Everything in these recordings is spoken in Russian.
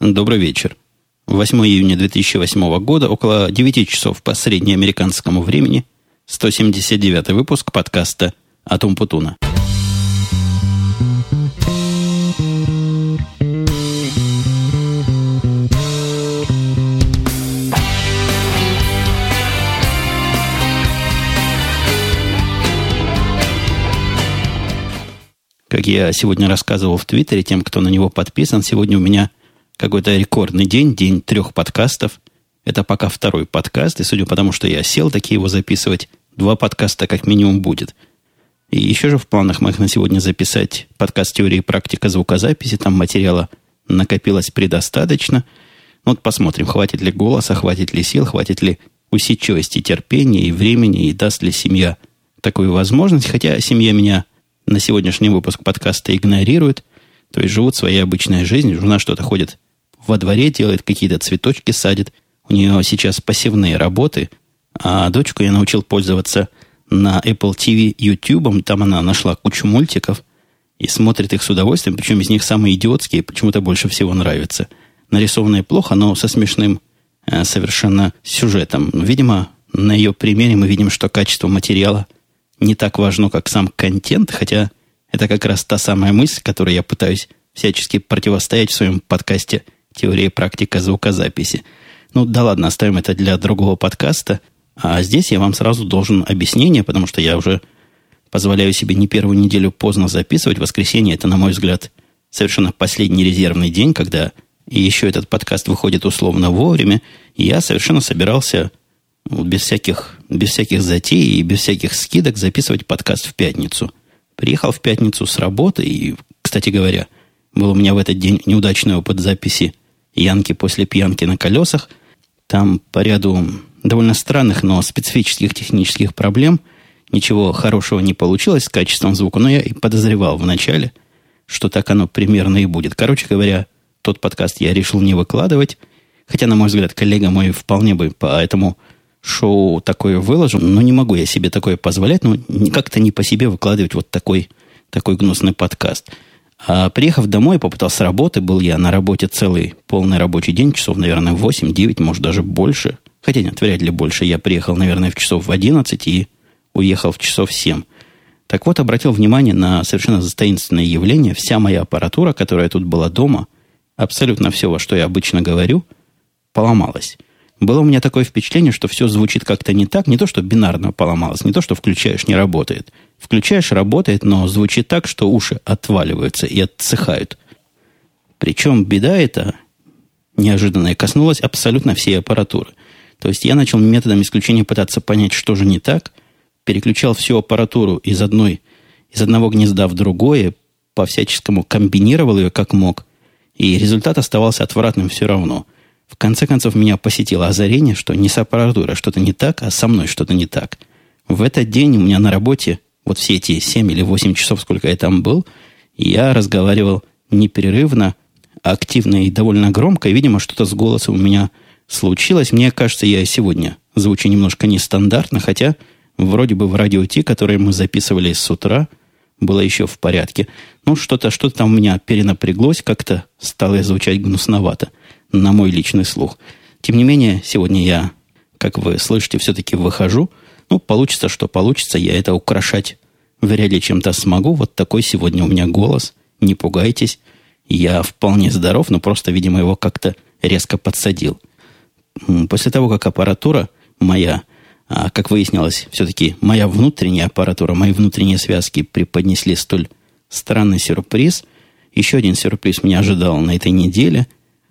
Добрый вечер. 8 июня 2008 года, около 9 часов по среднеамериканскому времени, 179 выпуск подкаста «Атум Путуна». Как я сегодня рассказывал в Твиттере тем, кто на него подписан, сегодня у меня какой-то рекордный день 3 подкастов. Это пока второй подкаст, и судя по тому, что я сел таки его записывать, 2 подкаста как минимум будет. И еще же в планах моих на сегодня записать подкаст «Теория и практика звукозаписи». Там материала накопилось предостаточно. Вот посмотрим, хватит ли голоса, хватит ли сил, хватит ли усидчивости, терпения и времени, и даст ли семья такую возможность. Хотя семья меня на сегодняшний выпуск подкаста игнорирует, то есть живут своей обычной жизнью. Жена что-то ходит во дворе, делает какие-то цветочки, садит. У нее сейчас пассивные работы, а дочку я научил пользоваться на Apple TV YouTube. Там она нашла кучу мультиков и смотрит их с удовольствием, причем из них самые идиотские почему-то больше всего нравятся. Нарисованные плохо, но со смешным совершенно сюжетом. Видимо, на ее примере мы видим, что качество материала не так важно, как сам контент, хотя это как раз та самая мысль, которой я пытаюсь всячески противостоять в своем подкасте «Теория и практика звукозаписи». Ну да ладно, оставим это для другого подкаста. А здесь я вам сразу должен объяснение, потому что я уже позволяю себе не первую неделю поздно записывать. Воскресенье – это, на мой взгляд, совершенно последний резервный день, когда и еще этот подкаст выходит условно вовремя. И я совершенно собирался без всяких затей и без всяких скидок записывать подкаст в пятницу. Приехал в пятницу с работы, и, кстати говоря, был у меня в этот день неудачный опыт записи «Янки после пьянки на колесах». Там по ряду довольно странных, но специфических технических проблем ничего хорошего не получилось с качеством звука, но я и подозревал вначале, что так оно примерно и будет. Короче говоря, тот подкаст я решил не выкладывать, хотя, на мой взгляд, коллега мой вполне бы по этому шоу такое выложил, но не могу я себе такое позволять, но как-то не по себе выкладывать вот такой гнусный подкаст. А приехав домой, попытался с работы, был я на работе целый полный рабочий день, часов, наверное, 8-9, может, даже больше. Хотя нет, вряд ли больше. Я приехал, наверное, в часов в 11 и уехал в часов 7. Так вот, обратил внимание на совершенно таинственное явление. Вся моя аппаратура, которая тут была дома, абсолютно все, во что я обычно говорю, поломалась. Было у меня такое впечатление, что все звучит как-то не так. Не то, что бинарно поломалось, не то, что включаешь, не работает. Включаешь, работает, но звучит так, что уши отваливаются и отсыхают. Причем беда эта неожиданная коснулась абсолютно всей аппаратуры. То есть я начал методом исключения пытаться понять, что же не так. Переключал всю аппаратуру из одного гнезда в другое, по-всяческому комбинировал ее как мог. И результат оставался отвратным все равно. В конце концов, меня посетило озарение, что не с аппаратурой что-то не так, а со мной что-то не так. В этот день у меня на работе, вот все эти 7 или 8 часов, сколько я там был, я разговаривал непрерывно, активно и довольно громко, и, видимо, что-то с голосом у меня случилось. Мне кажется, я сегодня звучу немножко нестандартно, хотя вроде бы в радио Ти, которое мы записывали с утра, было еще в порядке. Ну, что-то там у меня перенапряглось, как-то стало звучать гнусновато на мой личный слух. Тем не менее, сегодня я, как вы слышите, все-таки выхожу. Ну, получится, что получится. Я это украшать вряд ли чем-то смогу. Вот такой сегодня у меня голос. Не пугайтесь. Я вполне здоров, но просто, видимо, его как-то резко подсадил. После того, как аппаратура моя, как выяснилось, все-таки моя внутренняя аппаратура, мои внутренние связки преподнесли столь странный сюрприз. Еще один сюрприз меня ожидал на этой неделе.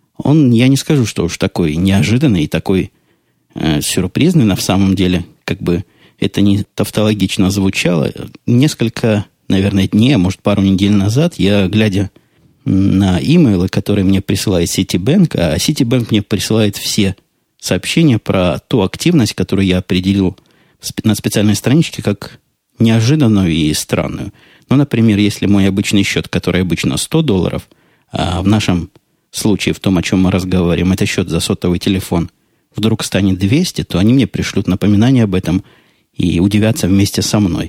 Я не скажу, что уж такой неожиданный и такой сюрпризный на самом деле, как бы это не тавтологично звучало. Несколько, наверное, дней, а может, пару недель назад я, глядя на имейлы, которые мне присылает Citibank, а Citibank мне присылает все сообщения про ту активность, которую я определил на специальной страничке как неожиданную и странную. Ну, например, если мой обычный счет, который обычно $100, а в нашем случае, в том, о чем мы разговариваем, это счет за сотовый телефон, вдруг станет 200, то они мне пришлют напоминание об этом и удивятся вместе со мной.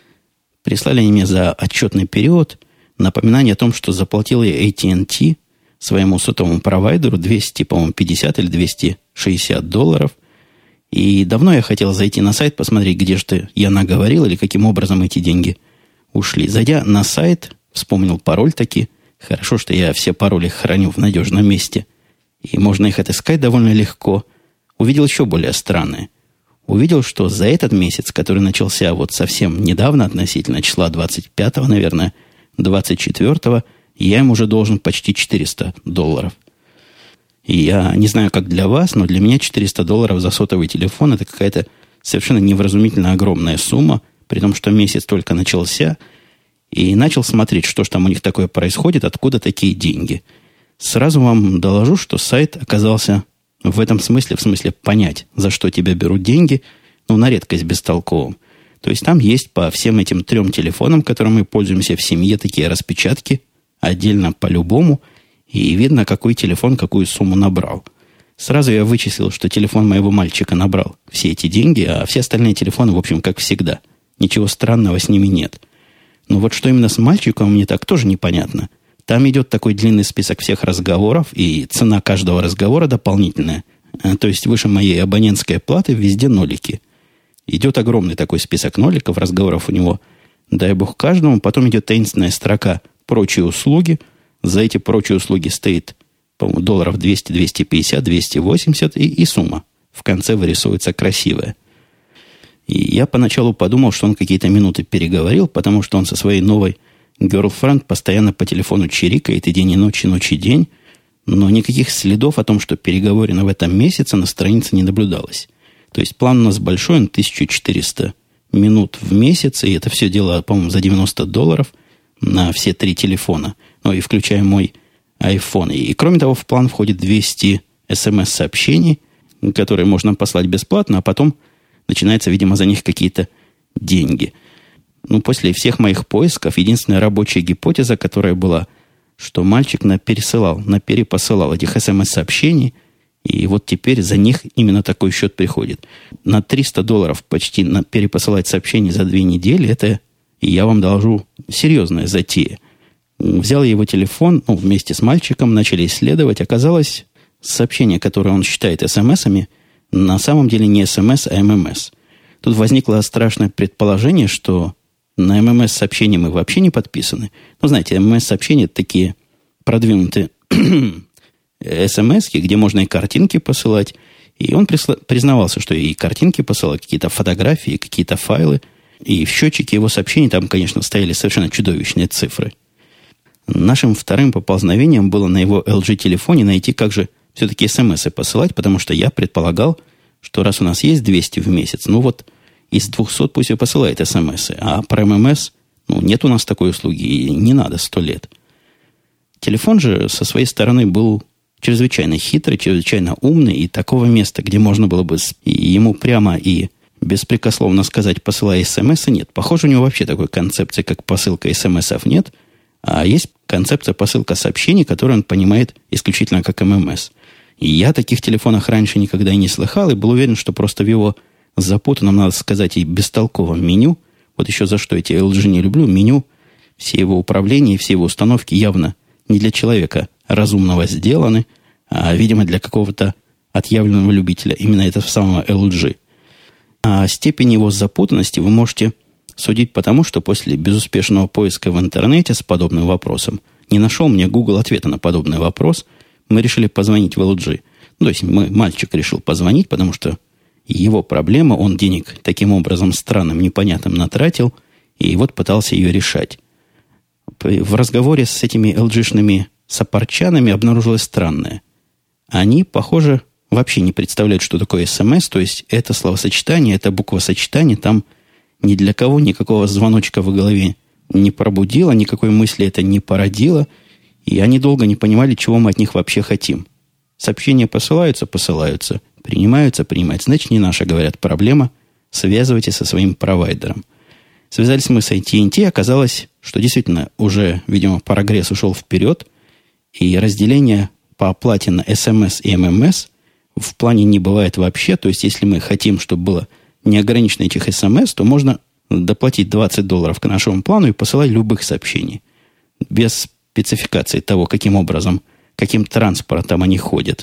Прислали они мне за отчетный период напоминание о том, что заплатил я AT&T своему сотовому провайдеру 200, по-моему, 50 или 260 долларов. И давно я хотел зайти на сайт, посмотреть, где же я наговорил или каким образом эти деньги ушли. Зайдя на сайт, вспомнил пароль таки. Хорошо, что я все пароли храню в надежном месте. И можно их отыскать довольно легко. Увидел еще более странное. Увидел, что за этот месяц, который начался вот совсем недавно, относительно числа 25-го, наверное, 24-го, я им уже должен почти 400 долларов. И я не знаю, как для вас, но для меня 400 долларов за сотовый телефон – это какая-то совершенно невразумительно огромная сумма, при том, что месяц только начался, и начал смотреть, что же там у них такое происходит, откуда такие деньги. Сразу вам доложу, что сайт оказался в этом смысле, в смысле понять, за что тебя берут деньги, на редкость бестолковым. То есть там есть по всем этим 3 телефонам, которыми мы пользуемся в семье, такие распечатки, отдельно по-любому, и видно, какой телефон какую сумму набрал. Сразу я вычислил, что телефон моего мальчика набрал все эти деньги, а все остальные телефоны, в общем, как всегда. Ничего странного с ними нет. Но вот что именно с мальчиком, мне так тоже непонятно. Там идет такой длинный список всех разговоров, и цена каждого разговора дополнительная. То есть выше моей абонентской платы везде нолики. Идет огромный такой список ноликов, разговоров у него, дай бог каждому. Потом идет таинственная строка «Прочие услуги». За эти прочие услуги стоит, по-моему, долларов 200, 250, 280 и сумма. В конце вырисовывается красивая. И я поначалу подумал, что он какие-то минуты переговорил, потому что он со своей новой girlfriend постоянно по телефону чирикает и день и ночь, и день. Но никаких следов о том, что переговорено в этом месяце, на странице не наблюдалось. То есть план у нас большой, он 1400 минут в месяц, и это все дело, по-моему, за 90 долларов на все 3 телефона. Ну, и включая мой iPhone. И кроме того, в план входит 200 смс-сообщений, которые можно послать бесплатно, а потом начинаются, видимо, за них какие-то деньги. После всех моих поисков, единственная рабочая гипотеза, которая была, что мальчик перепосылал этих смс-сообщений, и вот теперь за них именно такой счет приходит. На 300 долларов почти перепосылать сообщений за 2 недели, это, я вам доложу, серьезная затея. Взял его телефон, вместе с мальчиком, начали исследовать. Оказалось, сообщение, которое он считает смс-ами, на самом деле не смс, а ММС. Тут возникло страшное предположение, что на ММС-сообщения мы вообще не подписаны. Знаете, ММС-сообщения – это такие продвинутые СМС-ки, где можно и картинки посылать. И он признавался, что и картинки посылал, какие-то фотографии, какие-то файлы. И в счетчике его сообщений там, конечно, стояли совершенно чудовищные цифры. Нашим вторым поползновением было на его LG-телефоне найти, как же все-таки СМСы посылать, потому что я предполагал, что раз у нас есть 200 в месяц, из 200 пусть и посылает СМСы. А про ММС, нет у нас такой услуги, и не надо 100 лет. Телефон же со своей стороны был чрезвычайно хитрый, чрезвычайно умный, и такого места, где можно было бы ему прямо и беспрекословно сказать, посылай СМС, нет. Похоже, у него вообще такой концепции, как посылка СМСов, нет. А есть концепция посылка сообщений, которую он понимает исключительно как ММС. И я о таких телефонах раньше никогда и не слыхал, и был уверен, что просто в его запутанном, надо сказать, и бестолковом меню, вот еще за что эти LG не люблю, меню, все его управления, все его установки явно не для человека разумного сделаны, а, видимо, для какого-то отъявленного любителя, именно этого самого LG. А степень его запутанности вы можете судить потому, что после безуспешного поиска в интернете с подобным вопросом не нашел мне Google ответа на подобный вопрос. Мы решили позвонить в LG. То есть мальчик решил позвонить, потому что его проблема, он денег таким образом странным, непонятным натратил, и вот пытался ее решать. В разговоре с этими LG-шными саппортчанами обнаружилось странное. Они, похоже, вообще не представляют, что такое СМС, то есть это словосочетание, это буквосочетание, там ни для кого никакого звоночка в голове не пробудило, никакой мысли это не породило, и они долго не понимали, чего мы от них вообще хотим. Сообщения посылаются, принимаются. Значит, не наша, говорят, проблема. Связывайтесь со своим провайдером. Связались мы с AT&T, оказалось, что действительно уже, видимо, прогресс ушел вперед, и разделение по оплате на СМС и ММС в плане не бывает вообще. То есть, если мы хотим, чтобы было неограниченно этих СМС, то можно доплатить $20 к нашему плану и посылать любых сообщений. Без спецификации того, каким образом каким транспортом они ходят.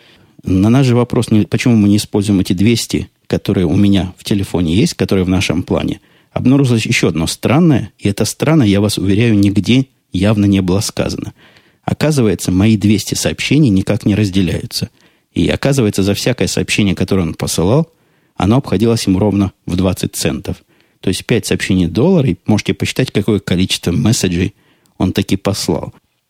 На наш же вопрос, почему мы не используем эти 200, которые у меня в телефоне есть, которые в нашем плане, обнаружилось еще одно странное, и это странное, я вас уверяю, нигде явно не было сказано. Оказывается, мои 200 сообщений никак не разделяются. И оказывается, за всякое сообщение, которое он посылал, оно обходилось ему ровно в 20 центов. То есть 5 сообщений $1, и можете посчитать, какое количество месседжей он таки послал.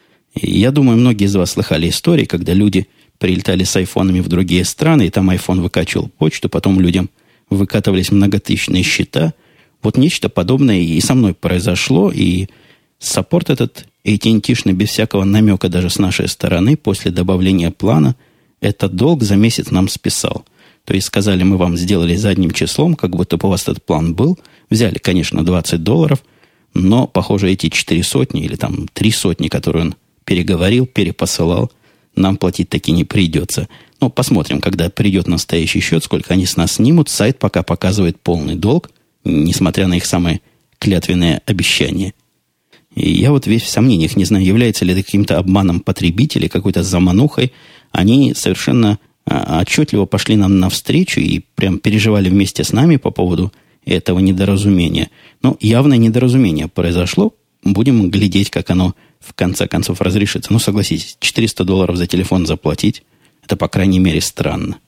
И я думаю, многие из вас слыхали истории, когда люди прилетали с айфонами в другие страны, и там айфон выкачивал почту, потом людям выкатывались многотысячные счета. Вот нечто подобное и со мной произошло, и саппорт этот AT&T-шный без всякого намека даже с нашей стороны после добавления плана этот долг за месяц нам списал. То есть сказали, мы вам сделали задним числом, как будто бы у вас этот план был. Взяли, конечно, $20, но, похоже, эти 400 или там 300, которые он переговорил, перепосылал, нам платить таки не придется. Но посмотрим, когда придет настоящий счет, сколько они с нас снимут. Сайт пока показывает полный долг, несмотря на их самые клятвенные обещания. И я вот весь в сомнениях, не знаю, является ли это каким-то обманом потребителей, какой-то заманухой. Они совершенно отчетливо пошли нам навстречу и прям переживали вместе с нами по поводу этого недоразумения. Но явное недоразумение произошло. Будем глядеть, как оно в конце концов разрешится. Ну, согласитесь, $400 за телефон заплатить, это, по крайней мере, странно.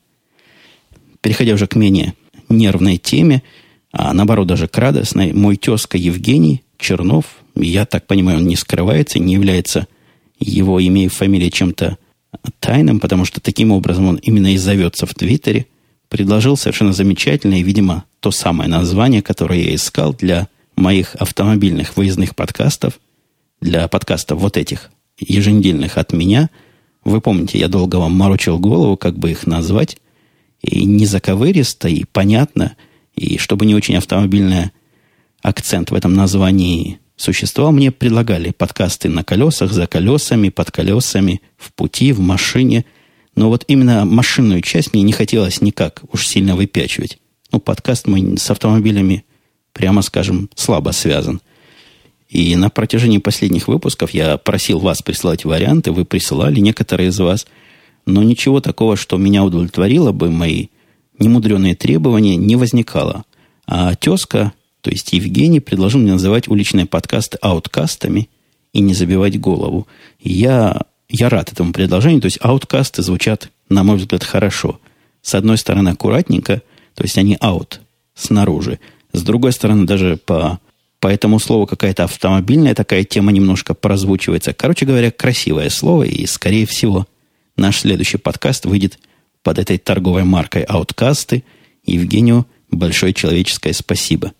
Переходя уже к менее нервной теме, а наоборот даже к радостной, мой тезка Евгений Чернов, я так понимаю, он не скрывается, не является его имя и фамилия чем-то тайным, потому что таким образом он именно и зовется в Твиттере, предложил совершенно замечательное, видимо, то самое название, которое я искал для моих автомобильных выездных подкастов, для подкастов вот этих еженедельных от меня. Вы помните, я долго вам морочил голову, как бы их назвать, и не заковыристо, и понятно, и чтобы не очень автомобильный акцент в этом названии существовал, мне предлагали подкасты на колесах, за колесами, под колесами, в пути, в машине. Но вот именно машинную часть мне не хотелось никак уж сильно выпячивать. Ну, подкаст мой с автомобилями, прямо скажем, слабо связан. И на протяжении последних выпусков я просил вас присылать варианты, вы присылали, некоторые из вас, но ничего такого, что меня удовлетворило бы, мои немудреные требования, не возникало. А тезка, то есть Евгений, предложил мне называть уличные подкасты ауткастами и не забивать голову. И я рад этому предложению, то есть ауткасты звучат, на мой взгляд, хорошо. С одной стороны, аккуратненько, то есть они аут, снаружи. С другой стороны, даже по этому слову какая-то автомобильная такая тема немножко прозвучивается. Короче говоря, красивое слово, и, скорее всего, наш следующий подкаст выйдет под этой торговой маркой «Ауткасты». Евгению большое человеческое спасибо.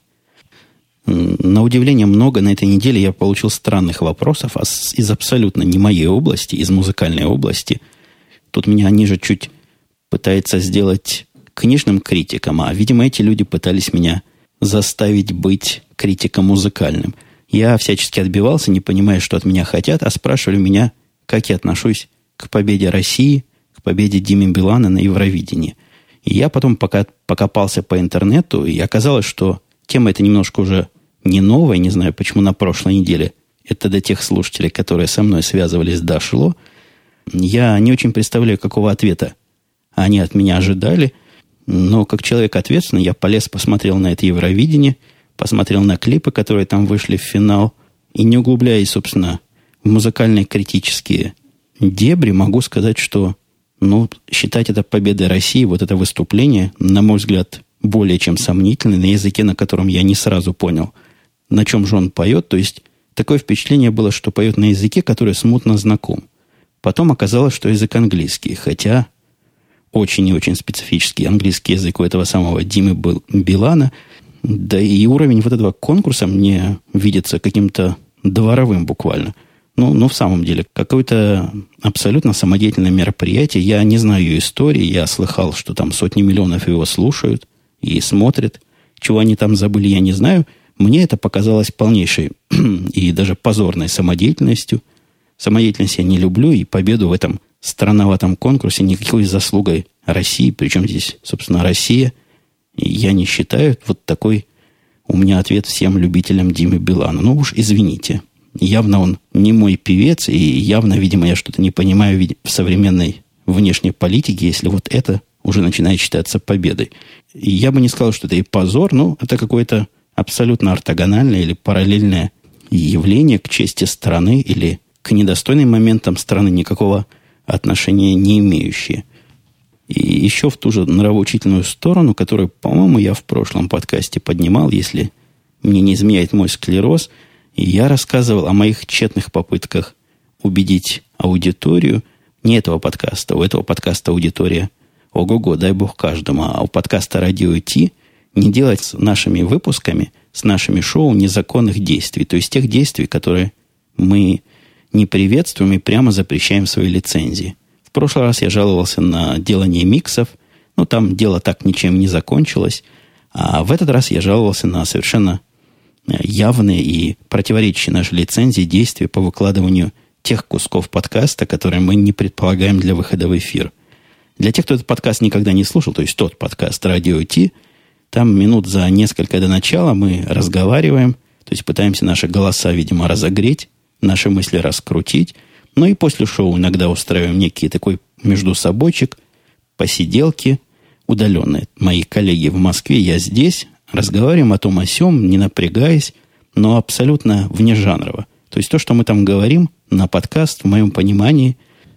На удивление много на этой неделе я получил странных вопросов из абсолютно не моей области, из музыкальной области. Тут меня ниже чуть пытается сделать книжным критиком, а, видимо, эти люди пытались меня заставить быть критиком музыкальным. Я всячески отбивался, не понимая, что от меня хотят, а спрашивали меня, как я отношусь к победе России, к победе Димы Билана на Евровидении. И я потом покопался по интернету, и оказалось, что тема эта немножко уже не новая, не знаю, почему на прошлой неделе это до тех слушателей, которые со мной связывались, дошло. Я не очень представляю, какого ответа они от меня ожидали, но как человек ответственный, я полез, посмотрел на это Евровидение, посмотрел на клипы, которые там вышли в финал, и не углубляясь, собственно, в музыкальные критические дебри, могу сказать, что считать это победой России, вот это выступление, на мой взгляд, более чем сомнительное, на языке, на котором я не сразу понял, на чем же он поет. То есть, такое впечатление было, что поет на языке, который смутно знаком. Потом оказалось, что язык английский, хотя очень и очень специфический английский язык у этого самого Димы Билана. Да и уровень вот этого конкурса мне видится каким-то дворовым буквально. В самом деле, какое-то абсолютно самодеятельное мероприятие. Я не знаю ее истории. Я слыхал, что там сотни миллионов его слушают и смотрят. Чего они там забыли, я не знаю. Мне это показалось полнейшей и даже позорной самодеятельностью. Самодеятельность я не люблю, и победу в этом странноватом конкурсе никакой заслугой России, причем здесь, собственно, Россия, я не считаю. Вот такой у меня ответ всем любителям Димы Билана. Уж извините. явно он не мой певец, и явно, видимо, я что-то не понимаю в современной внешней политике, если вот это уже начинает считаться победой. И я бы не сказал, что это и позор, но это какое-то абсолютно ортогональное или параллельное явление к чести страны или к недостойным моментам страны никакого отношения не имеющие. И еще в ту же нравоучительную сторону, которую, по-моему, я в прошлом подкасте поднимал, если мне не изменяет мой склероз, и я рассказывал о моих тщетных попытках убедить аудиторию не этого подкаста. У этого подкаста аудитория ого-го, дай бог каждому. А у подкаста «Радио Ти» не делать с нашими выпусками, с нашими шоу незаконных действий. То есть тех действий, которые мы не приветствуем и прямо запрещаем в своей лицензии. В прошлый раз я жаловался на делание миксов. Ну, там дело так ничем не закончилось. А в этот раз я жаловался на совершенно явные и противоречащие нашей лицензии действия по выкладыванию тех кусков подкаста, которые мы не предполагаем для выхода в эфир. Для тех, кто этот подкаст никогда не слушал, то есть тот подкаст «Радио Ти», там минут за несколько до начала мы разговариваем, то есть пытаемся наши голоса, видимо, разогреть, наши мысли раскрутить. Ну и после шоу иногда устраиваем некий такой междусобойчик, посиделки удаленные. Мои коллеги в Москве, я здесь, разговариваем о том о сём, не напрягаясь, но абсолютно внежанрово. То есть то, что мы там говорим на подкаст, в моем понимании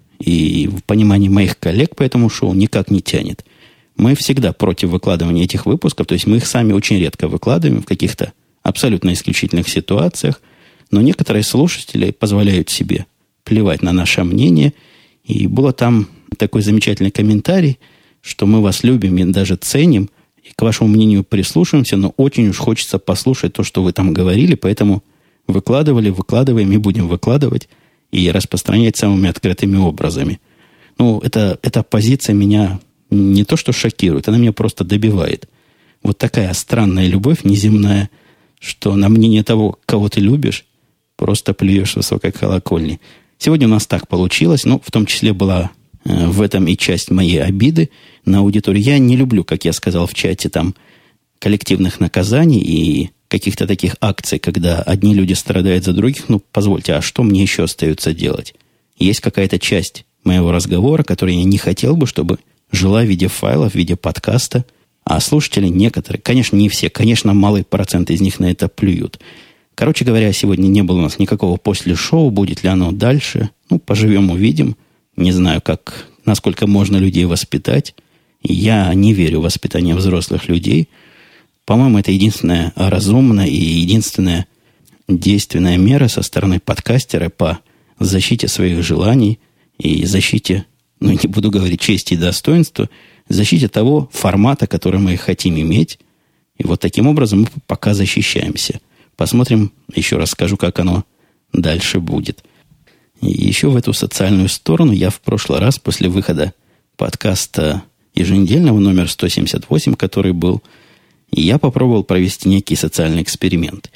и в понимании моих коллег по этому шоу никак не тянет. Мы всегда против выкладывания этих выпусков, то есть мы их сами очень редко выкладываем в каких-то абсолютно исключительных ситуациях, но некоторые слушатели позволяют себе плевать на наше мнение. И было там такой замечательный комментарий, что мы вас любим и даже ценим, и к вашему мнению прислушиваемся, но очень уж хочется послушать то, что вы там говорили, поэтому выкладываем и будем выкладывать и распространять самыми открытыми образами. Ну, эта позиция меня не то что шокирует, она меня просто добивает. Вот такая странная любовь неземная, что на мнение того, кого ты любишь, просто плюешь с высокой колокольни. Сегодня у нас так получилось, но в том числе была в этом и часть моей обиды на аудиторию. Я не люблю, как я сказал в чате, там коллективных наказаний и каких-то таких акций, когда одни люди страдают за других. Ну, позвольте, а что мне еще остается делать? Есть какая-то часть моего разговора, которую я не хотел бы, чтобы жила в виде файла, в виде подкаста, а слушатели некоторые, конечно, не все, конечно, малый процент из них на это плюют. Короче говоря, сегодня не было у нас никакого после шоу, будет ли оно дальше. Ну, поживем, увидим. Не знаю, насколько можно людей воспитать. Я не верю в воспитание взрослых людей. По-моему, это единственная разумная и единственная действенная мера со стороны подкастера по защите своих желаний и защите, ну, не буду говорить чести и достоинства, защите того формата, который мы хотим иметь. И вот таким образом мы пока защищаемся. Посмотрим, еще раз скажу, как оно дальше будет. И еще в эту социальную сторону я в прошлый раз после выхода подкаста еженедельного номер 178, который был, я попробовал провести некий социальный эксперимент.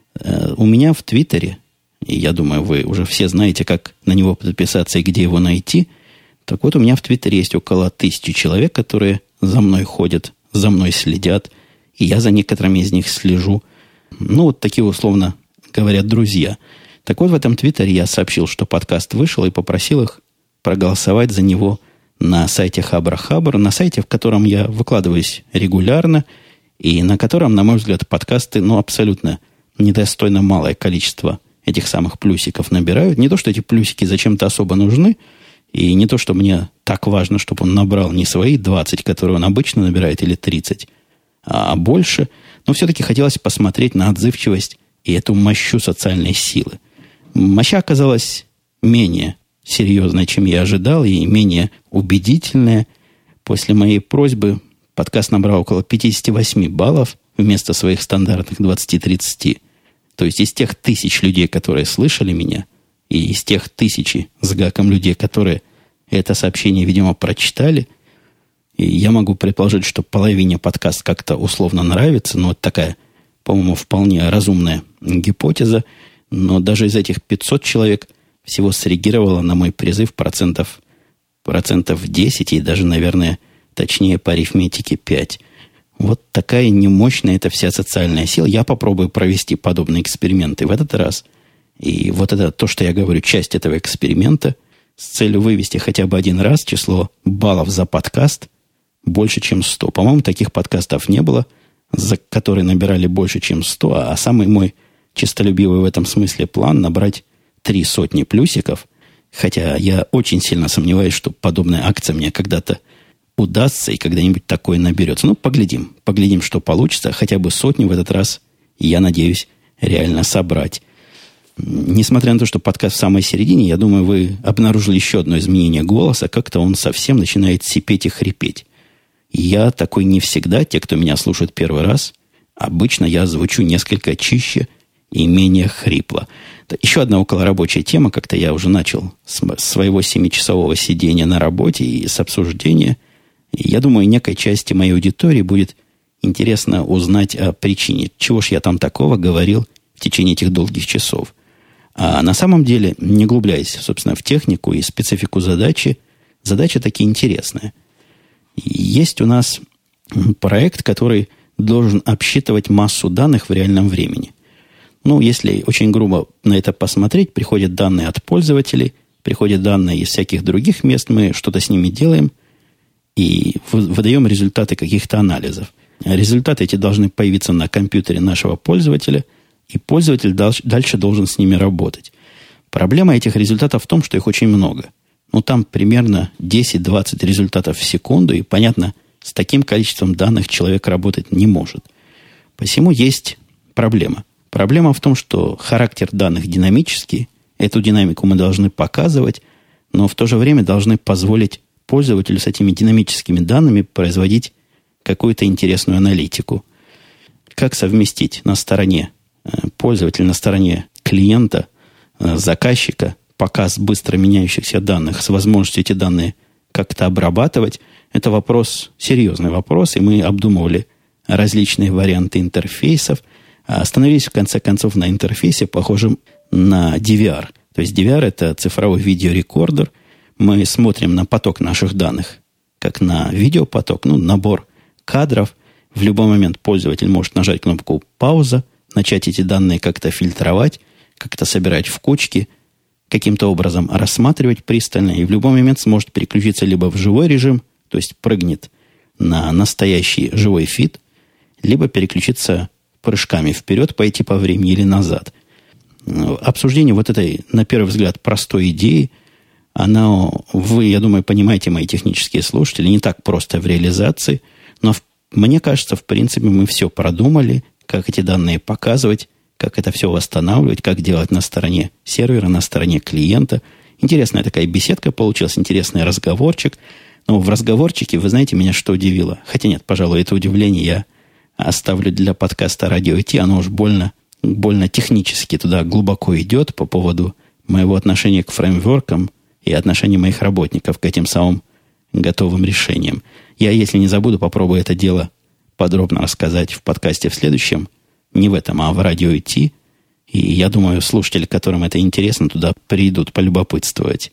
У меня в Твиттере, и я думаю, вы уже все знаете, как на него подписаться и где его найти. Так вот, у меня в Твиттере есть около 1000 человек, которые за мной ходят, за мной следят, и я за некоторыми из них слежу. Ну, вот такие, условно говоря, друзья. Так вот, в этом Твиттере я сообщил, что подкаст вышел, и попросил их проголосовать за него на сайте Хабра-Хабр, на сайте, в котором я выкладываюсь регулярно, и на котором, на мой взгляд, подкасты, ну, абсолютно недостойно малое количество этих самых плюсиков набирают. Не то, что эти плюсики зачем-то особо нужны, и не то, что мне так важно, чтобы он набрал не свои 20, которые он обычно набирает, или 30, а больше. Но все-таки хотелось посмотреть на отзывчивость и эту мощу социальной силы. Моща оказалась менее серьезная, чем я ожидал, и менее убедительная. После моей просьбы подкаст набрал около 58 баллов вместо своих стандартных 20-30. То есть из тех 1000 людей, которые слышали меня, и из тех 1000 с гаком людей, которые это сообщение, видимо, прочитали, и я могу предположить, что половине подкаст как-то условно нравится, но это такая, по-моему, вполне разумная гипотеза. Но даже из этих 500 человек всего среагировало на мой призыв процентов 10, и даже, наверное, точнее по арифметике 5. Вот такая немощная эта вся социальная сила. Я попробую провести подобные эксперименты в этот раз. И вот это то, что я говорю, часть этого эксперимента с целью вывести хотя бы один раз число баллов за подкаст больше, чем 100. По-моему, таких подкастов не было, за которые набирали больше, чем 100. А самый мой честолюбивый в этом смысле план — набрать 300 плюсиков. Хотя я очень сильно сомневаюсь, что подобная акция мне когда-то удастся и когда-нибудь такое наберется. Ну, поглядим. Поглядим, что получится. Хотя бы 100 в этот раз, я надеюсь, реально собрать. Несмотря на то, что подкаст в самой середине, я думаю, вы обнаружили еще одно изменение голоса. Как-то он совсем начинает сипеть и хрипеть. Я такой не всегда. Те, кто меня слушает первый раз, обычно я звучу несколько чище и менее хрипло. Еще одна околорабочая тема. Как-то я уже начал с своего 7-часового сидения на работе и с обсуждения. И я думаю, некой части моей аудитории будет интересно узнать о причине, чего ж я там такого говорил в течение этих долгих часов. А на самом деле, не углубляясь, собственно, в технику и специфику задачи, задача таки интересная. Есть у нас проект, который должен обсчитывать массу данных в реальном времени. Ну, если очень грубо на это посмотреть, приходят данные от пользователей, приходят данные из всяких других мест, мы что-то с ними делаем и выдаем результаты каких-то анализов. Результаты эти должны появиться на компьютере нашего пользователя, и пользователь дальше должен с ними работать. Проблема этих результатов в том, что их очень много. Ну, там примерно 10-20 результатов в секунду, и, понятно, с таким количеством данных человек работать не может. Посему есть проблема. Проблема в том, что характер данных динамический, эту динамику мы должны показывать, но в то же время должны позволить пользователю с этими динамическими данными производить какую-то интересную аналитику. Как совместить на стороне пользователя, на стороне клиента, заказчика показ быстро меняющихся данных с возможностью эти данные как-то обрабатывать, это вопрос, серьезный вопрос, и мы обдумывали различные варианты интерфейсов, а остановились в конце концов на интерфейсе, похожем на DVR. То есть DVR — это цифровой видеорекордер. Мы смотрим на поток наших данных, как на видеопоток, ну, набор кадров. В любой момент пользователь может нажать кнопку «Пауза», начать эти данные как-то фильтровать, как-то собирать в кучки, каким-то образом рассматривать пристально, и в любой момент сможет переключиться либо в живой режим, то есть прыгнет на настоящий живой фид, либо переключиться прыжками вперед, пойти по времени или назад. Обсуждение вот этой, на первый взгляд, простой идеи, вы, я думаю, понимаете, мои технические слушатели, не так просто в реализации, но мне кажется, в принципе, мы все продумали, как эти данные показывать, как это все восстанавливать, как делать на стороне сервера, на стороне клиента. Интересная такая беседка получилась, интересный разговорчик. Но в разговорчике, вы знаете, меня что удивило? Хотя нет, пожалуй, это удивление я оставлю для подкаста «Радио IT». Оно уж больно технически туда глубоко идет по поводу моего отношения к фреймворкам и отношения моих работников к этим самым готовым решениям. Я, если не забуду, попробую это дело подробно рассказать в подкасте в следующем. Не в этом, а в «Радио IT». И я думаю, слушатели, которым это интересно, туда придут полюбопытствовать.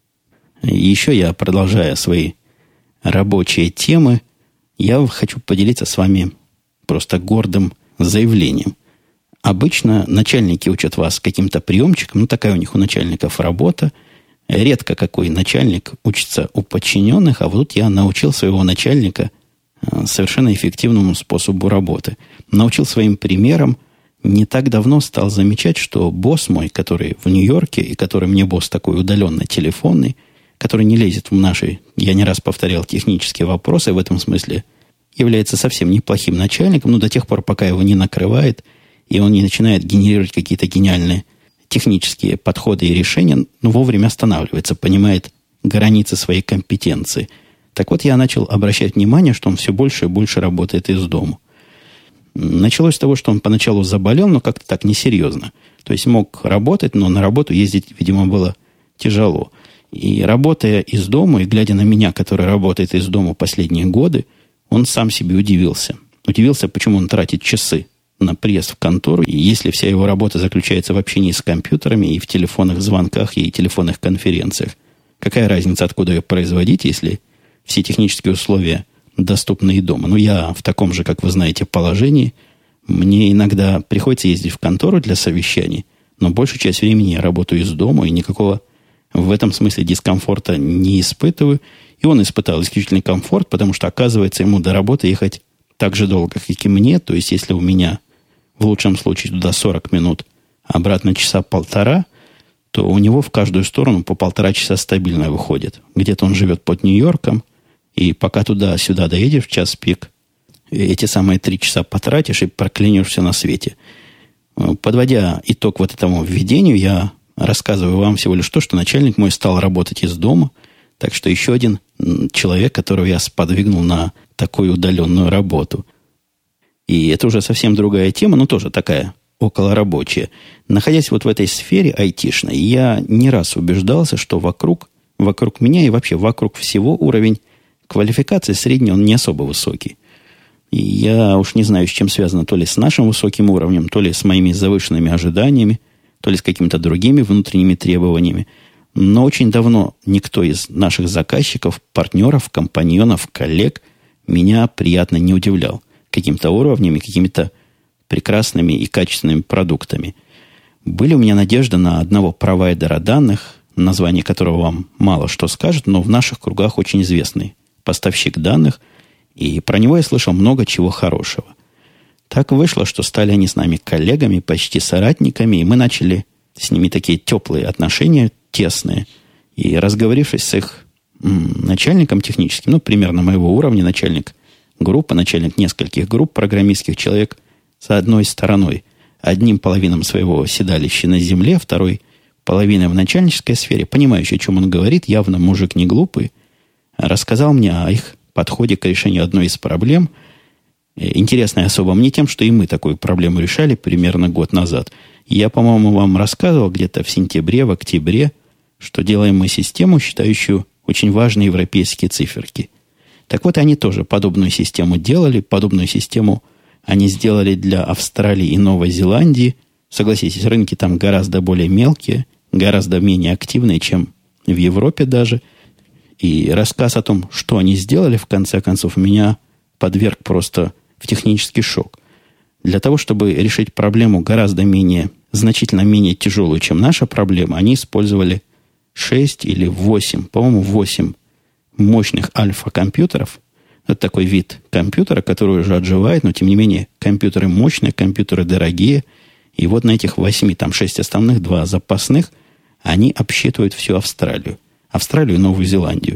И еще я, продолжая свои рабочие темы, я хочу поделиться с вами просто гордым заявлением. Обычно начальники учат вас каким-то приемчиком, ну, такая у них у начальников работа. Редко какой начальник учится у подчиненных, а вот я научил своего начальника совершенно эффективному способу работы. Научил своим примером. Не так давно стал замечать, что босс мой, который в Нью-Йорке, и который мне босс такой удаленно телефонный, который не лезет в наши, я не раз повторял, технические вопросы, в этом смысле является совсем неплохим начальником, но до тех пор, пока его не накрывает, и он не начинает генерировать какие-то гениальные технические подходы и решения, но вовремя останавливается, понимает границы своей компетенции. Так вот, я начал обращать внимание, что он все больше и больше работает из дому. Началось с того, что он поначалу заболел, но как-то так несерьезно. То есть мог работать, но на работу ездить, видимо, было тяжело. И работая из дома, и глядя на меня, который работает из дома последние годы, он сам себе удивился. Удивился, почему он тратит часы на приезд в контору, и если вся его работа заключается в общении с компьютерами и в телефонных звонках и телефонных конференциях. Какая разница, откуда ее производить, если все технические условия доступны и дома? Ну, я в таком же, как вы знаете, положении. Мне иногда приходится ездить в контору для совещаний, Но большую часть времени я работаю из дома, и никакого в этом смысле дискомфорта не испытываю. И он испытал исключительный комфорт, потому что, оказывается, ему до работы ехать так же долго, как и мне. То есть, если у меня в лучшем случае туда 40 минут, обратно часа полтора, то у него в каждую сторону по 1,5 часа стабильно выходит. Где-то он живет под Нью-Йорком, и пока туда-сюда доедешь в час пик, эти самые 3 часа потратишь и проклянешь все на свете. Подводя итог вот этому введению, я рассказываю вам всего лишь то, что начальник мой стал работать из дома, так что еще один человек, которого я сподвигнул на такую удаленную работу. И это уже совсем другая тема, но тоже такая околорабочая. Находясь вот в этой сфере айтишной, я не раз убеждался, что вокруг меня и вообще вокруг всего уровень квалификации средний, он не особо высокий. И я уж не знаю, с чем связано, то ли с нашим высоким уровнем, то ли с моими завышенными ожиданиями, то ли с какими-то другими внутренними требованиями. Но очень давно никто из наших заказчиков, партнеров, компаньонов, коллег меня приятно не удивлял каким-то уровнем и какими-то прекрасными и качественными продуктами. Были у меня надежды на одного провайдера данных, название которого вам мало что скажет, но в наших кругах очень известный поставщик данных, и про него я слышал много чего хорошего. Так вышло, что стали они с нами коллегами, почти соратниками, и мы начали с ними такие теплые отношения, тесные. И разговорившись с их начальником техническим, примерно моего уровня, начальник группы, начальник нескольких групп программистских, человек с одной стороной, одним половином своего седалища на земле, второй половиной в начальнической сфере, понимающий, о чем он говорит, явно мужик не глупый, рассказал мне о их подходе к решению одной из проблем, интересной особо мне тем, что и мы такую проблему решали примерно год назад. Я, по-моему, вам рассказывал где-то в сентябре, в октябре, что делаем мы систему, считающую очень важные европейские циферки. Так вот, они тоже подобную систему делали, подобную систему они сделали для Австралии и Новой Зеландии. Согласитесь, рынки там гораздо более мелкие, гораздо менее активные, чем в Европе даже. И рассказ о том, что они сделали, в конце концов, меня подверг просто в технический шок. Для того, чтобы решить проблему гораздо менее, значительно менее тяжелую, чем наша проблема, они использовали 6 или 8, по-моему, 8 мощных альфа-компьютеров. Это такой вид компьютера, который уже отживает, но, тем не менее, компьютеры мощные, компьютеры дорогие. И вот на этих 8, там 6 основных, 2 запасных, они обсчитывают всю Австралию. Австралию и Новую Зеландию.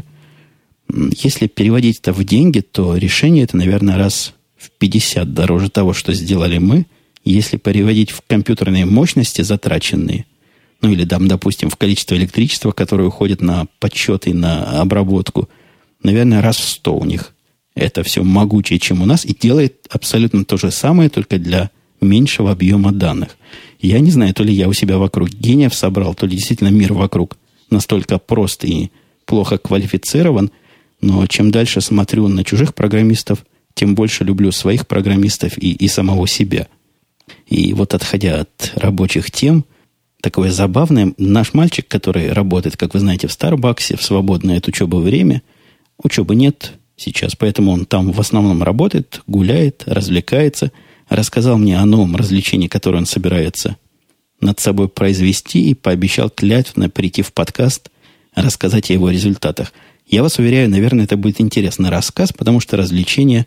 Если переводить это в деньги, то решение это, наверное, раз в 50 дороже того, что сделали мы. Если переводить в компьютерные мощности затраченные, или, допустим, в количество электричества, которое уходит на подсчет и на обработку, наверное, раз в 100 у них это все могучее, чем у нас, и делает абсолютно то же самое, только для меньшего объема данных. Я не знаю, то ли я у себя вокруг гениев собрал, то ли действительно мир вокруг настолько прост и плохо квалифицирован, но чем дальше смотрю на чужих программистов, тем больше люблю своих программистов и самого себя. И вот отходя от рабочих тем, такое забавное, наш мальчик, который работает, как вы знаете, в Старбаксе в свободное от учебы время, учебы нет сейчас, поэтому он там в основном работает, гуляет, развлекается, рассказал мне о новом развлечении, которое он собирается над собой произвести, и пообещал клятвенно прийти в подкаст, рассказать о его результатах. Я вас уверяю, наверное, это будет интересный рассказ, потому что развлечение,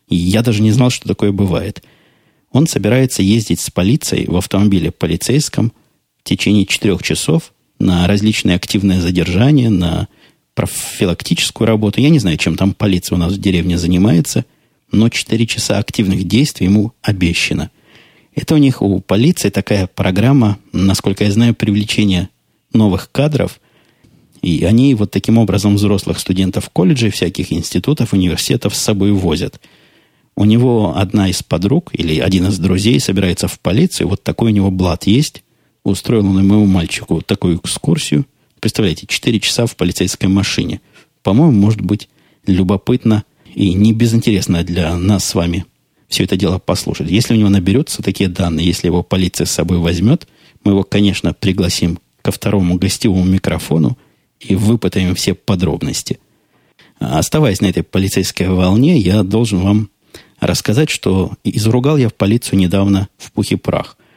я даже не знал, что такое бывает. Он собирается ездить с полицией в автомобиле полицейском в течение 4 часов на различные активные задержания, на профилактическую работу. Я не знаю, чем там полиция у нас в деревне занимается, но 4 часа активных действий ему обещано. Это у них, у полиции, такая программа, насколько я знаю, привлечения новых кадров. И они вот таким образом взрослых студентов колледжей, всяких институтов, университетов с собой возят. У него одна из подруг или один из друзей собирается в полицию. Вот такой у него блат есть. Устроил он моему мальчику такую экскурсию. Представляете, 4 часа в полицейской машине. По-моему, может быть любопытно и не безинтересно для нас с вами все это дело послушать. Если у него наберутся такие данные, если его полиция с собой возьмет, мы его, конечно, пригласим ко второму гостевому микрофону и выпытаем все подробности. Оставаясь на этой полицейской волне, я должен вам рассказать, что изругал я в полицию недавно в пух и прах.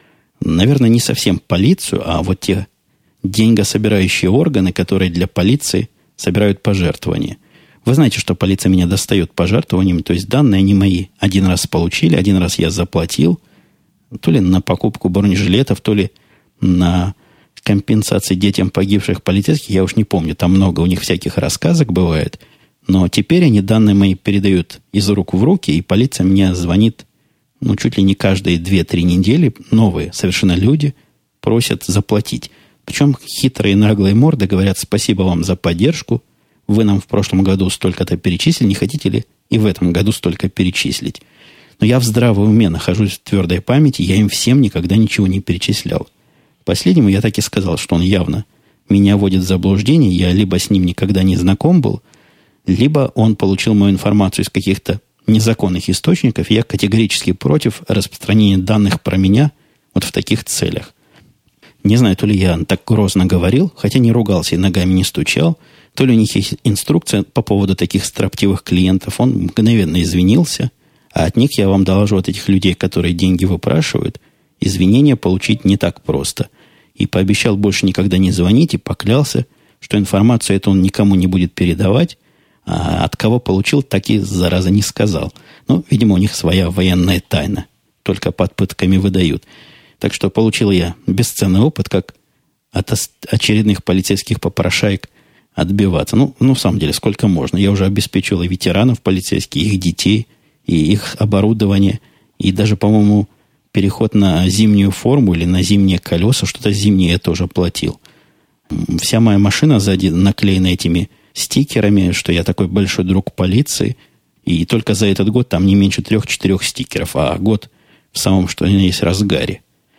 наверное, не совсем полицию, а вот те деньгособирающие органы, которые для полиции собирают пожертвования. Вы знаете, что полиция меня достает пожертвованиями, то есть данные не мои. Один раз получили, один раз я заплатил, то ли на покупку бронежилетов, то ли на компенсации детям погибших полицейских, я уж не помню, там много у них всяких рассказок бывает. Но теперь они данные мои передают из рук в руки, и полиция мне звонит, чуть ли не каждые 2-3 недели, новые совершенно люди просят заплатить. Причем хитрые наглые морды говорят: спасибо вам за поддержку, вы нам в прошлом году столько-то перечислили, не хотите ли и в этом году столько перечислить? Но я в здравом уме нахожусь в твердой памяти, я им всем никогда ничего не перечислял. Последнему я так и сказал, что он явно меня вводит в заблуждение, я либо с ним никогда не знаком был, либо он получил мою информацию из каких-то незаконных источников, и я категорически против распространения данных про меня вот в таких целях. Не знаю, то ли я так грозно говорил, хотя не ругался и ногами не стучал, то ли у них есть инструкция по поводу таких строптивых клиентов. Он мгновенно извинился, а от них я вам доложу, от этих людей, которые деньги выпрашивают, извинения получить не так просто. И пообещал больше никогда не звонить, и поклялся, что информацию эту он никому не будет передавать, а от кого получил, так и, зараза, не сказал. Видимо, у них своя военная тайна. Только под пытками выдают. Так что получил я бесценный опыт, как от очередных полицейских попрошаек отбиваться. В самом деле, сколько можно. Я уже обеспечил и ветеранов полицейских, их детей, и их оборудование, и даже, по-моему, переход на зимнюю форму или на зимние колеса, что-то зимнее я тоже платил. Вся моя машина сзади наклеена этими стикерами, что я такой большой друг полиции, и только за этот год там не меньше 3-4 стикеров, а год в самом, что есть, разгаре.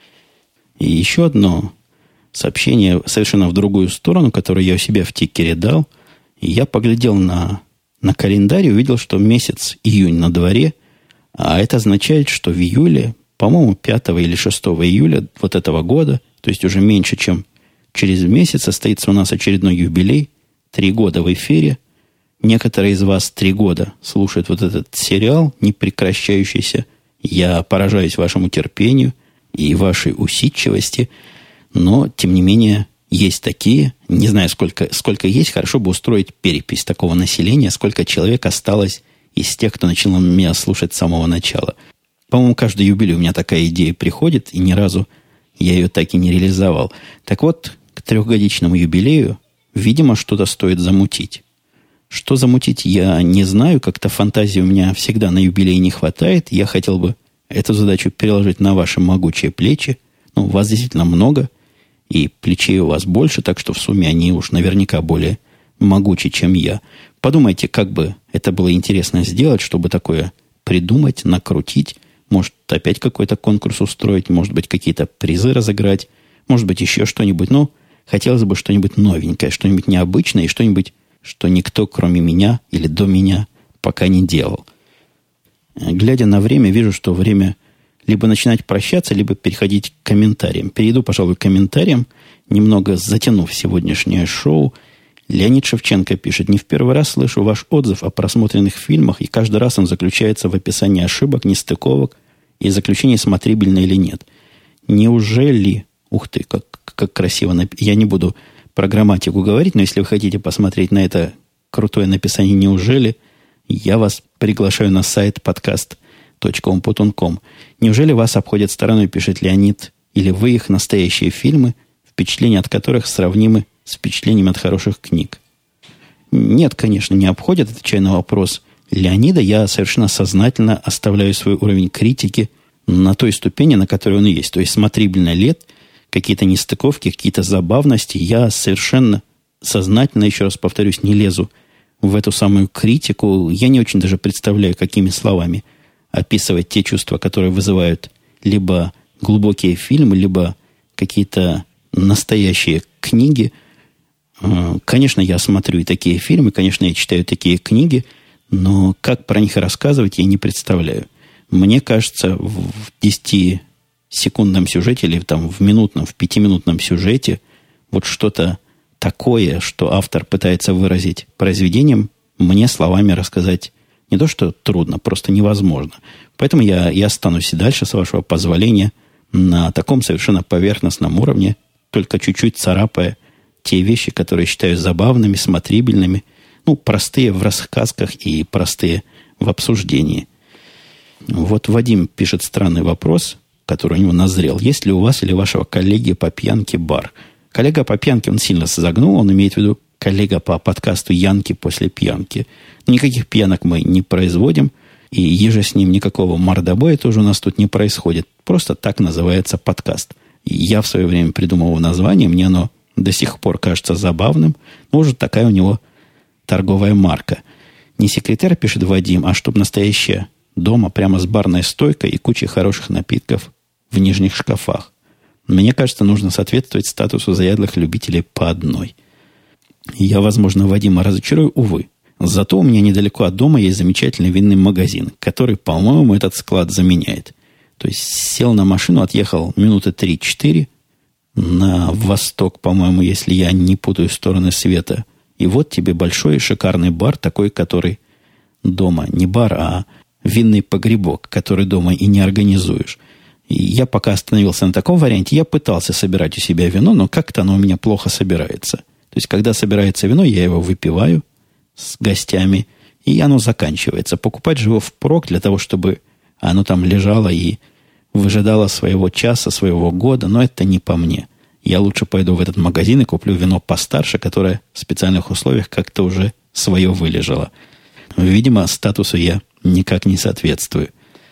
И еще одно сообщение совершенно в другую сторону, которое я у себя в тикере дал, и я поглядел на календарь и увидел, что месяц июнь на дворе, а это означает, что в июле, по-моему, 5 или 6 июля вот этого года, то есть уже меньше, чем через месяц, состоится у нас очередной юбилей, 3 года в эфире. Некоторые из вас 3 года слушают вот этот сериал, непрекращающийся. Я поражаюсь вашему терпению и вашей усидчивости, но, тем не менее, есть такие. Не знаю, сколько есть, хорошо бы устроить перепись такого населения, сколько человек осталось из тех, кто начал меня слушать с самого начала. По-моему, каждый юбилей у меня такая идея приходит, и ни разу я ее так и не реализовал. Так вот, к 3-годичному юбилею, видимо, что-то стоит замутить. Что замутить, я не знаю. Как-то фантазии у меня всегда на юбилей не хватает. Я хотел бы эту задачу переложить на ваши могучие плечи. Вас действительно много, и плечей у вас больше, так что в сумме они уж наверняка более могучи, чем я. Подумайте, как бы это было интересно сделать, чтобы такое придумать, накрутить. Может, опять какой-то конкурс устроить, может быть, какие-то призы разыграть, может быть, еще что-нибудь. Хотелось бы что-нибудь новенькое, что-нибудь необычное и что-нибудь, что никто, кроме меня или до меня, пока не делал. Глядя на время, вижу, что время либо начинать прощаться, либо переходить к комментариям. Перейду, пожалуй, к комментариям, немного затянув сегодняшнее шоу. Леонид Шевченко пишет: не в первый раз слышу ваш отзыв о просмотренных фильмах, и каждый раз он заключается в описании ошибок, нестыковок и заключении, смотрибельно или нет. Неужели... Ух ты, как красиво. Я не буду про грамматику говорить, но если вы хотите посмотреть на это крутое написание «неужели», я вас приглашаю на сайт podcast.com.com. Неужели вас обходят стороной, пишет Леонид, или вы их настоящие фильмы, впечатления от которых сравнимы с впечатлениями от хороших книг? Нет, конечно, не обходят, отвечая на вопрос Леонида. Я совершенно сознательно оставляю свой уровень критики на той ступени, на которой он есть. То есть смотрибельно лет, какие-то нестыковки, какие-то забавности. Я совершенно сознательно, еще раз повторюсь, не лезу в эту самую критику. Я не очень даже представляю, какими словами описывать те чувства, которые вызывают либо глубокие фильмы, либо какие-то настоящие книги. Конечно, я смотрю и такие фильмы, конечно, я читаю такие книги, но как про них рассказывать, я не представляю. Мне кажется, в 10-секундном сюжете или там в минутном, в 5-минутном сюжете вот что-то такое, что автор пытается выразить произведением, мне словами рассказать не то, что трудно, просто невозможно. Поэтому я останусь и дальше, с вашего позволения, на таком совершенно поверхностном уровне, только чуть-чуть царапая те вещи, которые считаю забавными, смотрибельными, простые в рассказках и простые в обсуждении. Вот Вадим пишет странный вопрос, который у него назрел. Есть ли у вас или вашего коллеги по пьянке бар? Коллега по пьянке он сильно загнул, он имеет в виду коллега по подкасту «Янки после пьянки». Никаких пьянок мы не производим, и еже с ним никакого мордобоя тоже у нас тут не происходит. Просто так называется подкаст. И я в свое время придумал название, мне оно до сих пор кажется забавным, но уже такая у него торговая марка. Не секретарь, пишет Вадим, а чтоб настоящее дома, прямо с барной стойкой и кучей хороших напитков в нижних шкафах. Мне кажется, нужно соответствовать статусу заядлых любителей по одной. Я, возможно, Вадима разочарую, увы. Зато у меня недалеко от дома есть замечательный винный магазин, который, по-моему, этот склад заменяет. То есть сел на машину, отъехал минуты 3-4 на восток, по-моему, если я не путаю стороны света. И вот тебе большой шикарный бар, такой, который дома. Не бар, а винный погребок, который дома и не организуешь. И я пока остановился на таком варианте, я пытался собирать у себя вино, но как-то оно у меня плохо собирается. То есть, когда собирается вино, я его выпиваю с гостями, и оно заканчивается. Покупать же его впрок для того, чтобы оно там лежало и выжидало своего часа, своего года, но это не по мне. Я лучше пойду в этот магазин и куплю вино постарше, которое в специальных условиях как-то уже свое вылежало. Видимо, статусу я никак не соответствую.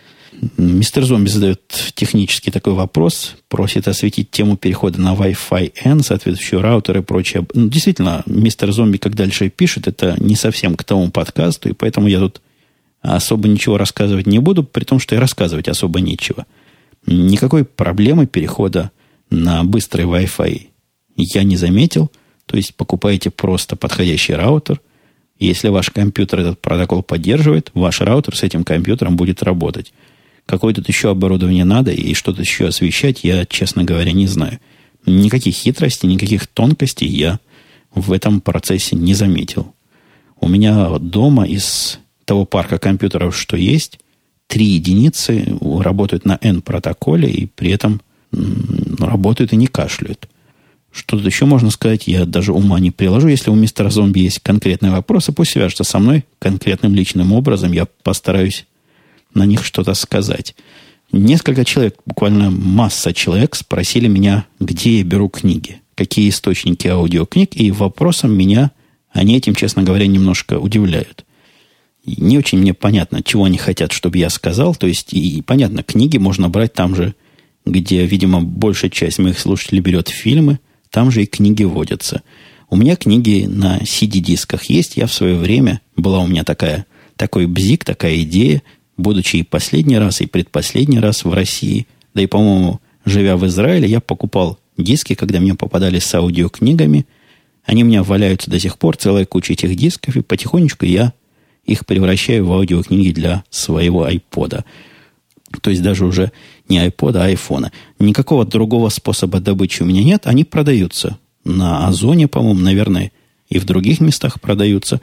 Мистер Зомби задает технический такой вопрос, просит осветить тему перехода на Wi-Fi N, соответствующие раутеры и прочее. Действительно, мистер Зомби, как дальше пишет, это не совсем к тому подкасту, и поэтому я тут особо ничего рассказывать не буду, при том, что и рассказывать особо нечего. Никакой проблемы перехода на быстрый Wi-Fi я не заметил. То есть покупаете просто подходящий раутер. Если ваш компьютер этот протокол поддерживает, ваш раутер с этим компьютером будет работать. Какое тут еще оборудование надо и что-то еще освещать, я, честно говоря, не знаю. Никаких хитростей, никаких тонкостей я в этом процессе не заметил. У меня дома из того парка компьютеров, что есть, 3 единицы работают на N-протоколе и при этом работают и не кашляют. Что тут еще можно сказать, я даже ума не приложу. Если у мистера Зомби есть конкретные вопросы, пусть свяжутся со мной конкретным личным образом, я постараюсь на них что-то сказать. Несколько человек, буквально масса человек спросили меня, где я беру книги, какие источники аудиокниг, и вопросом меня они этим, честно говоря, немножко удивляют. И не очень мне понятно, чего они хотят, чтобы я сказал. То есть, и понятно, книги можно брать там же, где, видимо, большая часть моих слушателей берет фильмы, там же и книги водятся. У меня книги на CD-дисках есть. Я в свое время, была у меня такой бзик, такая идея, будучи и последний раз, и предпоследний раз в России, да и, по-моему, живя в Израиле, я покупал диски, когда мне попадались с аудиокнигами. Они у меня валяются до сих пор, целая куча этих дисков, и потихонечку я их превращаю в аудиокниги для своего айпода. То есть даже уже не айпода, а айфона. Никакого другого способа добычи у меня нет. Они продаются на Озоне, по-моему, наверное, и в других местах продаются.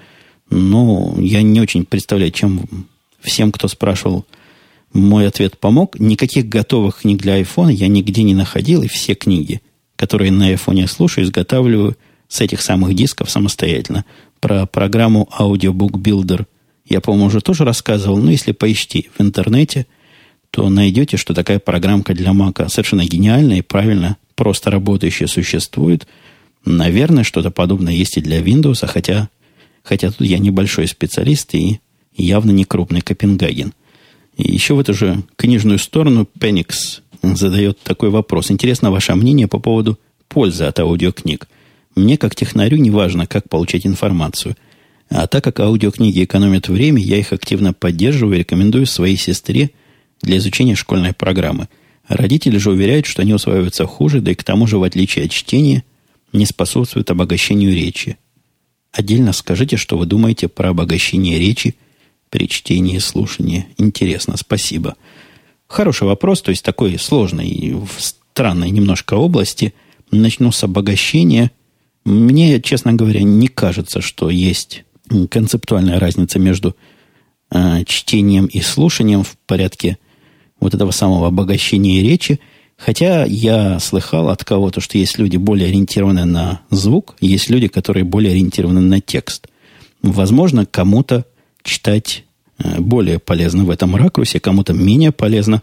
Но я не очень представляю, чем всем, кто спрашивал, мой ответ помог. Никаких готовых книг для айфона я нигде не находил. И все книги, которые на айфоне слушаю, изготавливаю с этих самых дисков самостоятельно. Про программу Audiobook Builder я, по-моему, уже тоже рассказывал. Но если поищите в интернете, то найдете, что такая программка для Mac совершенно гениальная и правильно, просто работающая существует. Наверное, что-то подобное есть и для Windows, хотя тут я небольшой специалист и явно не крупный Копенгаген. И еще в эту же книжную сторону Пеникс задает такой вопрос. Интересно ваше мнение по поводу пользы от аудиокниг. Мне, как технарю, не важно, как получать информацию. А так как аудиокниги экономят время, я их активно поддерживаю и рекомендую своей сестре для изучения школьной программы. Родители же уверяют, что они усваиваются хуже, да и к тому же, в отличие от чтения, не способствуют обогащению речи. Отдельно скажите, что вы думаете про обогащение речи при чтении и слушании. Интересно, спасибо. Хороший вопрос, то есть такой сложной и в странной немножко области. Начну с обогащения. Мне, честно говоря, не кажется, что есть концептуальная разница между чтением и слушанием в порядке вот этого самого обогащения речи. Хотя я слыхал от кого-то, что есть люди более ориентированы на звук, есть люди, которые более ориентированы на текст. Возможно, кому-то читать более полезно в этом ракурсе, кому-то менее полезно.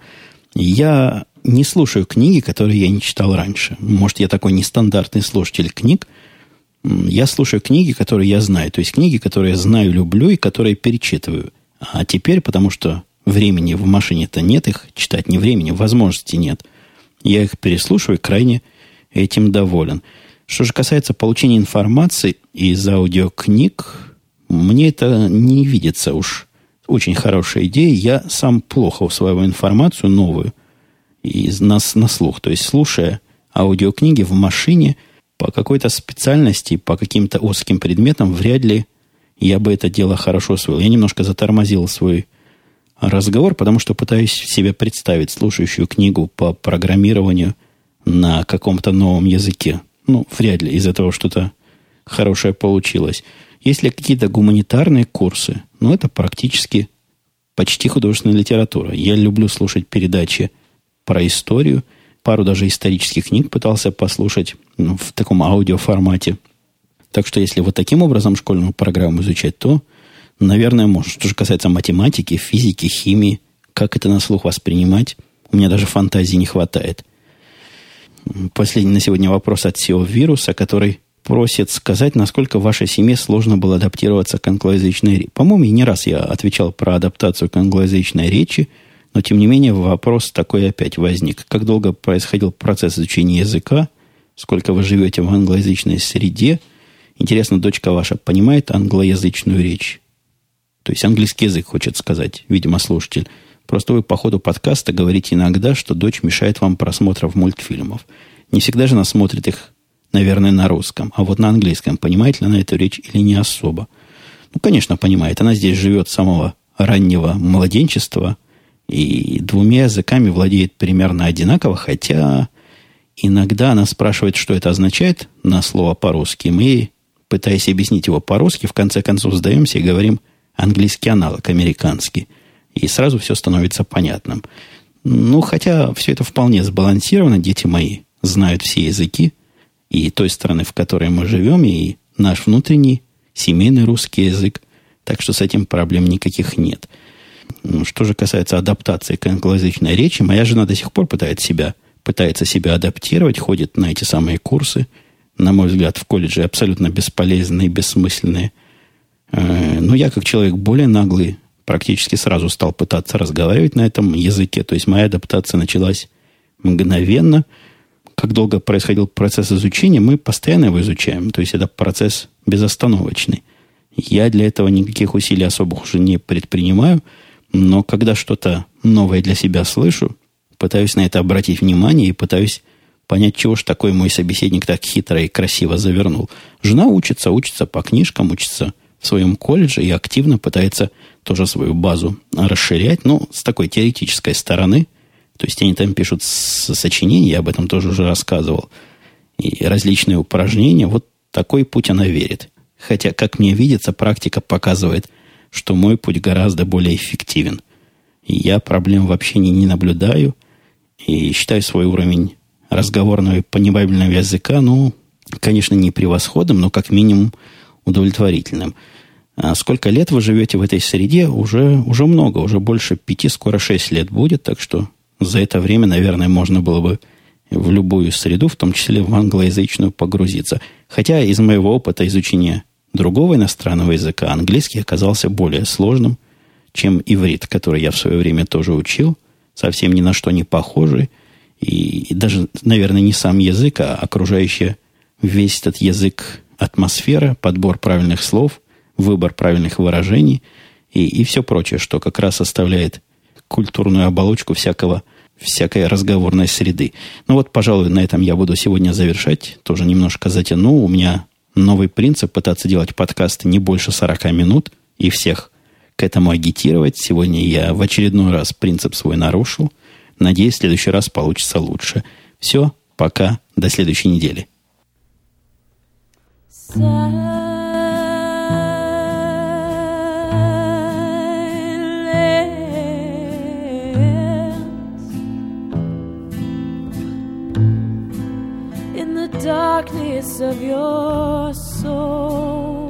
Я не слушаю книги, которые я не читал раньше. Может, я такой нестандартный слушатель книг. Я слушаю книги, которые я знаю. То есть книги, которые я знаю, люблю и которые перечитываю. А теперь, потому что времени в машине-то нет их читать, не времени, возможности нет. Я их переслушиваю и крайне этим доволен. Что же касается получения информации из аудиокниг, мне это не видится уж очень хорошая идея. Я сам плохо усваиваю информацию новую на слух. То есть, слушая аудиокниги в машине по какой-то специальности, по каким-то узким предметам, вряд ли я бы это дело хорошо усвоил. Я немножко затормозил свой разговор, потому что пытаюсь себе представить слушающую книгу по программированию на каком-то новом языке. Вряд ли из этого что-то хорошее получилось. Если какие-то гуманитарные курсы, это практически почти художественная литература. Я люблю слушать передачи про историю. Пару даже исторических книг пытался послушать в таком аудиоформате. Так что если вот таким образом школьную программу изучать, то, наверное, можно. Что же касается математики, физики, химии, как это на слух воспринимать, у меня даже фантазии не хватает. Последний на сегодня вопрос от SEO-вируса, который просит сказать, насколько в вашей семье сложно было адаптироваться к англоязычной речи. По-моему, не раз я отвечал про адаптацию к англоязычной речи, но, тем не менее, вопрос такой опять возник. Как долго происходил процесс изучения языка? Сколько вы живете в англоязычной среде? Интересно, дочка ваша понимает англоязычную речь? То есть, английский язык, хочет сказать, видимо, слушатель. Просто вы по ходу подкаста говорите иногда, что дочь мешает вам просмотров мультфильмов. Не всегда же она смотрит их, наверное, на русском. А вот на английском понимает ли она эту речь или не особо? Конечно, понимает. Она здесь живет с самого раннего младенчества и двумя языками владеет примерно одинаково, хотя иногда она спрашивает, что это означает на слово по-русски. Мы, пытаясь объяснить его по-русски, в конце концов сдаемся и говорим английский аналог, американский. И сразу все становится понятным. Хотя все это вполне сбалансировано. Дети мои знают все языки. И той страны, в которой мы живем, и наш внутренний семейный русский язык. Так что с этим проблем никаких нет. Что же касается адаптации к англоязычной речи, моя жена до сих пор пытается себя адаптировать, ходит на эти самые курсы. На мой взгляд, в колледже абсолютно бесполезные, бессмысленные. Но я, как человек более наглый, практически сразу стал пытаться разговаривать на этом языке. То есть моя адаптация началась мгновенно. Как долго происходил процесс изучения, мы постоянно его изучаем. То есть это процесс безостановочный. Я для этого никаких усилий особых уже не предпринимаю. Но когда что-то новое для себя слышу, пытаюсь на это обратить внимание и пытаюсь понять, чего ж такой мой собеседник так хитро и красиво завернул. Жена учится по книжкам, учится в своем колледже и активно пытается тоже свою базу расширять, с такой теоретической стороны. То есть они там пишут сочинения, я об этом тоже уже рассказывал, и различные упражнения. Вот такой путь она верит. Хотя, как мне видится, практика показывает, что мой путь гораздо более эффективен. И я проблем вообще не наблюдаю. И считаю свой уровень разговорного и понимаемого языка, конечно, не превосходным, но как минимум удовлетворительным. А сколько лет вы живете в этой среде? Уже много, уже больше 5, скоро 6 лет будет, так что за это время, наверное, можно было бы в любую среду, в том числе в англоязычную, погрузиться. Хотя из моего опыта изучения другого иностранного языка английский оказался более сложным, чем иврит, который я в свое время тоже учил, совсем ни на что не похожий. И даже, наверное, не сам язык, а окружающая весь этот язык атмосфера, подбор правильных слов, выбор правильных выражений и все прочее, что как раз составляет культурную оболочку всякой разговорной среды. Пожалуй, на этом я буду сегодня завершать. Тоже немножко затяну. У меня новый принцип пытаться делать подкасты не больше 40 минут и всех к этому агитировать. Сегодня я в очередной раз принцип свой нарушил. Надеюсь, в следующий раз получится лучше. Все, пока, до следующей недели. voice of your soul,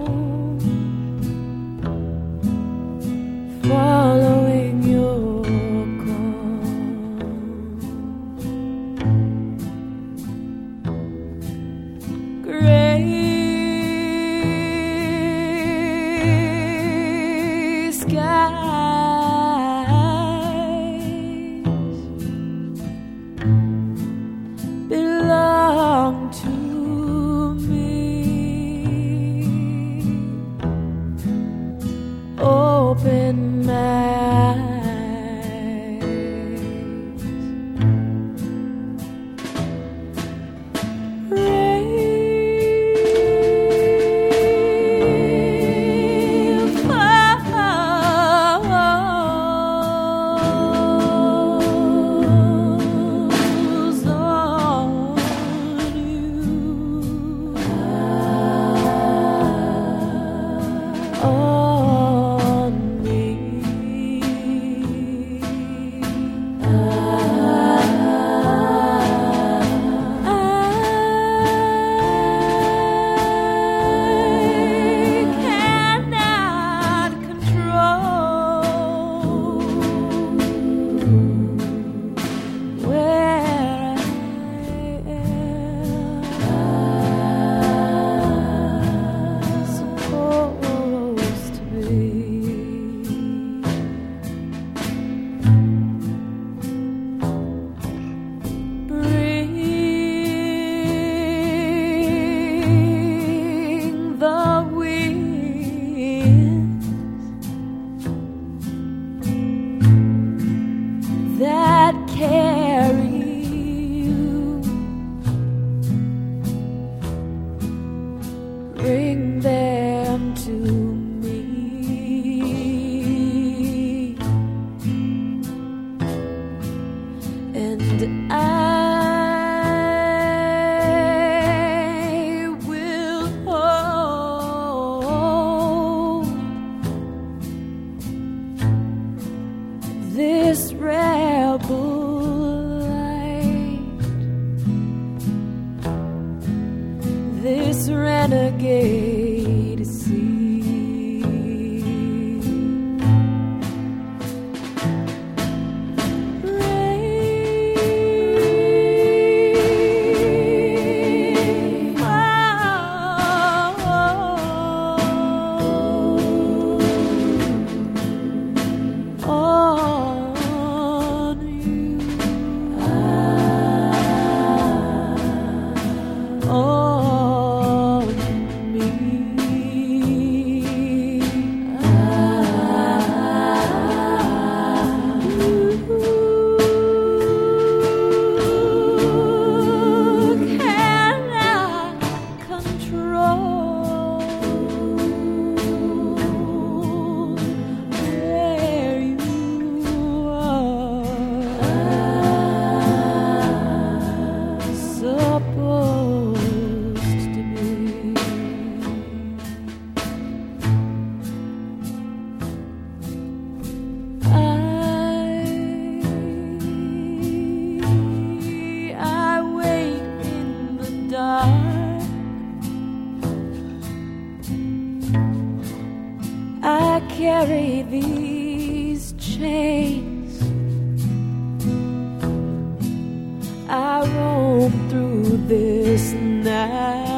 following your call. Gray skies belong to open my eyes. Rain falls on you. That carry you, bring them to me, and I will hold this rebel light, this renegade sea. Rain on you. On me. Cannot control where you are supposed to be. I wait in the dark. I carry these chains. I roam through this night.